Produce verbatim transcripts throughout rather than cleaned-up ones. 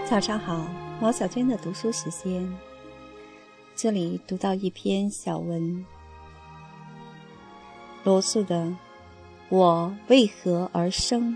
早上好，毛小娟的读书时间。这里读到一篇小文，罗素的《我为何而生》。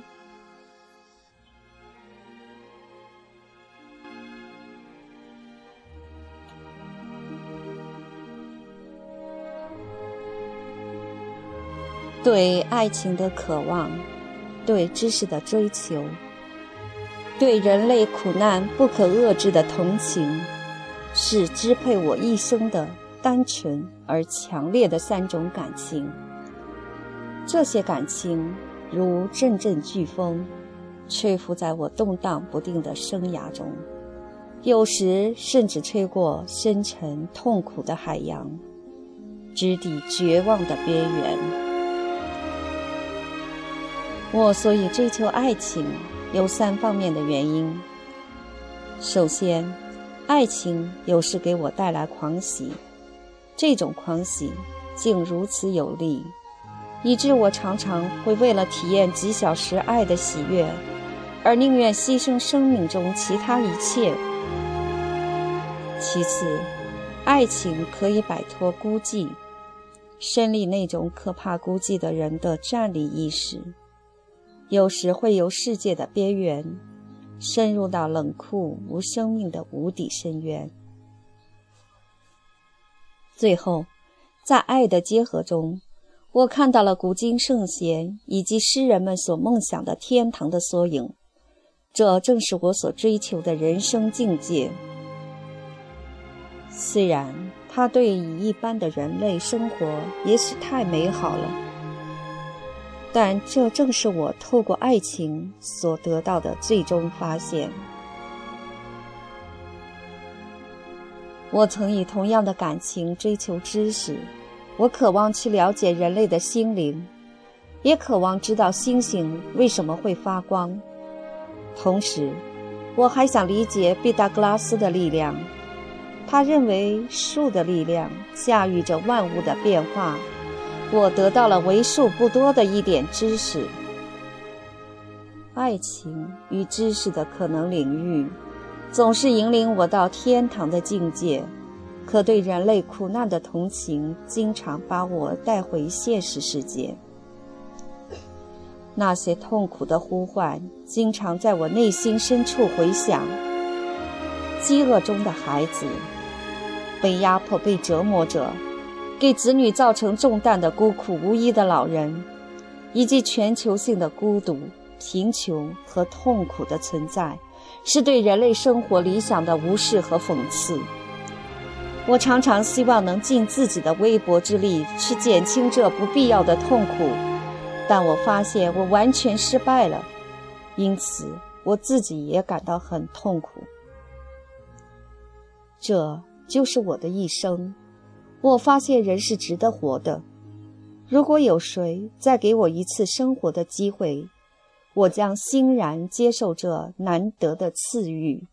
对爱情的渴望，对知识的追求，对人类苦难不可遏制的同情，是支配我一生的单纯而强烈的三种感情。这些感情如阵阵飓风，吹拂在我动荡不定的生涯中，有时甚至吹过深沉痛苦的海洋，直抵绝望的边缘。我所以追求爱情有三方面的原因。首先，爱情有时给我带来狂喜，这种狂喜竟如此有力，以致我常常会为了体验几小时爱的喜悦，而宁愿牺牲生命中其他一切。其次，爱情可以摆脱孤寂，身历那种可怕孤寂的人的站立意识，有时会由世界的边缘深入到冷酷无生命的无底深渊。最后，在爱的结合中，我看到了古今圣贤以及诗人们所梦想的天堂的缩影，这正是我所追求的人生境界。虽然它对于一般的人类生活也许太美好了，但这正是我透过爱情所得到的最终发现。我曾以同样的感情追求知识，我渴望去了解人类的心灵，也渴望知道星星为什么会发光。同时，我还想理解毕达哥拉斯的力量，他认为树的力量驾驭着万物的变化。我得到了为数不多的一点知识。爱情与知识的可能领域总是引领我到天堂的境界，可对人类苦难的同情经常把我带回现实世界。那些痛苦的呼唤经常在我内心深处回响，饥饿中的孩子，被压迫被折磨者，给子女造成重担的孤苦无依的老人，以及全球性的孤独、贫穷和痛苦的存在，是对人类生活理想的无视和讽刺。我常常希望能尽自己的微薄之力去减轻这不必要的痛苦，但我发现我完全失败了，因此我自己也感到很痛苦。这就是我的一生。我发现人是值得活的。如果有谁再给我一次生活的机会，我将欣然接受这难得的赐予。